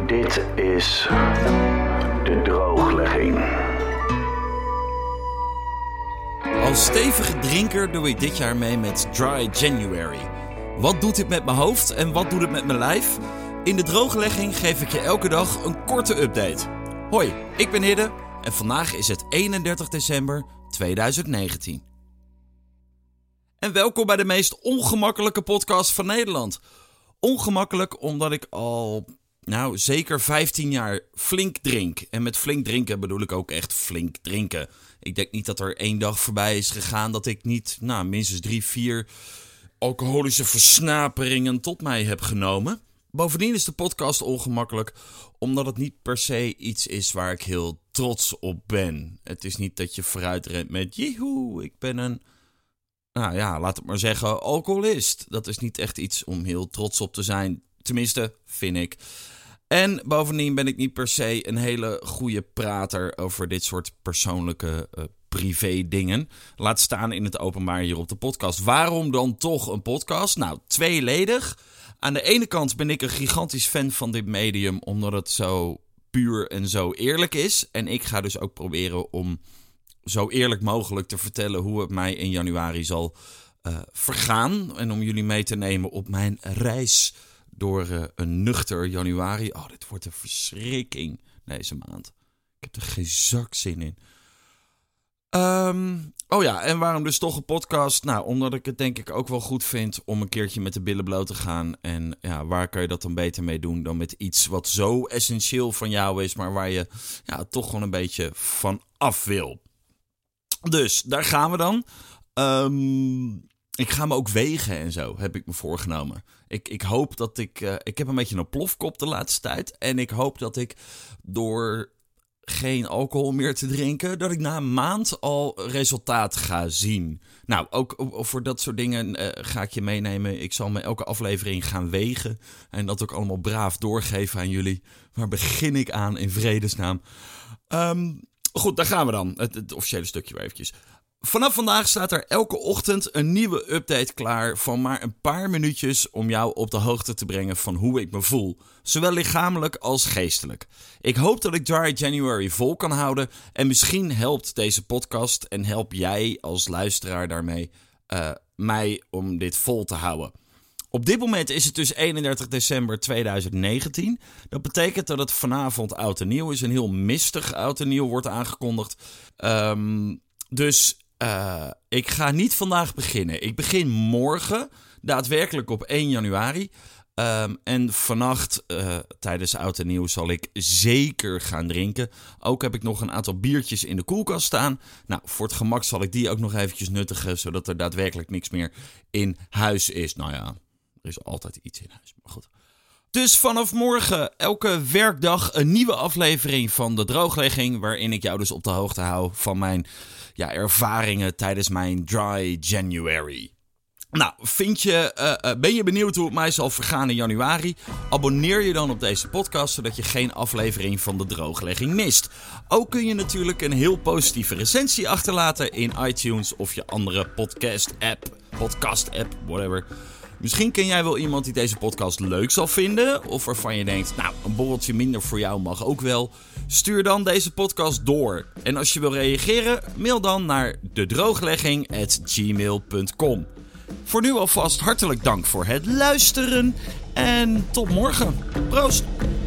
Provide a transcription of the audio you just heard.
Dit is de drooglegging. Als stevige drinker doe ik dit jaar mee met Dry January. Wat doet dit met mijn hoofd en wat doet het met mijn lijf? In de drooglegging geef ik je elke dag een korte update. Hoi, ik ben Hidde en vandaag is het 31 december 2019. En welkom bij de meest ongemakkelijke podcast van Nederland. Ongemakkelijk omdat ik al, zeker 15 jaar flink drink. En met flink drinken bedoel ik ook echt flink drinken. Ik denk niet dat er 1 dag voorbij is gegaan dat ik niet, minstens 3-4 alcoholische versnaperingen tot mij heb genomen. Bovendien is de podcast ongemakkelijk omdat het niet per se iets is waar ik heel trots op ben. Het is niet dat je vooruit rent met joehoe, ik ben een, laat het maar zeggen, alcoholist. Dat is niet echt iets om heel trots op te zijn. Tenminste, vind ik. En bovendien ben ik niet per se een hele goede prater over dit soort persoonlijke privé dingen. Laat staan in het openbaar hier op de podcast. Waarom dan toch een podcast? Nou, tweeledig. Aan de ene kant ben ik een gigantisch fan van dit medium, omdat het zo puur en zo eerlijk is. En ik ga dus ook proberen om zo eerlijk mogelijk te vertellen hoe het mij in januari zal vergaan. En om jullie mee te nemen op mijn reis door een nuchter januari. Oh, dit wordt een verschrikking deze maand. Ik heb er geen zak zin in. En waarom dus toch een podcast? Nou, omdat ik het denk ik ook wel goed vind om een keertje met de billen bloot te gaan. En ja, waar kan je dat dan beter mee doen dan met iets wat zo essentieel van jou is, maar waar je toch gewoon een beetje van af wil. Dus, daar gaan we dan. Ik ga me ook wegen en zo, heb ik me voorgenomen. Ik hoop dat ik heb een beetje een plofkop de laatste tijd. En ik hoop dat ik door geen alcohol meer te drinken, dat ik na een maand al resultaat ga zien. Nou, ook voor dat soort dingen ga ik je meenemen. Ik zal me elke aflevering gaan wegen en dat ook allemaal braaf doorgeven aan jullie. Waar begin ik aan in vredesnaam? Goed, daar gaan we dan. Het officiële stukje weer eventjes. Vanaf vandaag staat er elke ochtend een nieuwe update klaar van maar een paar minuutjes om jou op de hoogte te brengen van hoe ik me voel. Zowel lichamelijk als geestelijk. Ik hoop dat ik Dry January vol kan houden en misschien helpt deze podcast en help jij als luisteraar daarmee mij om dit vol te houden. Op dit moment is het dus 31 december 2019. Dat betekent dat het vanavond oud en nieuw is. Een heel mistig oud en nieuw wordt aangekondigd. Dus ik ga niet vandaag beginnen. Ik begin morgen, daadwerkelijk op 1 januari. En vannacht, tijdens oud en nieuw, zal ik zeker gaan drinken. Ook heb ik nog een aantal biertjes in de koelkast staan. Nou, voor het gemak zal ik die ook nog eventjes nuttigen, zodat er daadwerkelijk niks meer in huis is. Nou ja, er is altijd iets in huis, maar goed. Dus vanaf morgen elke werkdag een nieuwe aflevering van de drooglegging, waarin ik jou dus op de hoogte hou van mijn ervaringen tijdens mijn Dry January. Nou, ben je benieuwd hoe het mij zal vergaan in januari? Abonneer je dan op deze podcast, zodat je geen aflevering van de drooglegging mist. Ook kun je natuurlijk een heel positieve recensie achterlaten in iTunes of je andere podcast app, whatever. Misschien ken jij wel iemand die deze podcast leuk zal vinden, of waarvan je denkt, een borreltje minder voor jou mag ook wel. Stuur dan deze podcast door. En als je wil reageren, mail dan naar dedrooglegging@gmail.com. Voor nu alvast hartelijk dank voor het luisteren en tot morgen. Proost!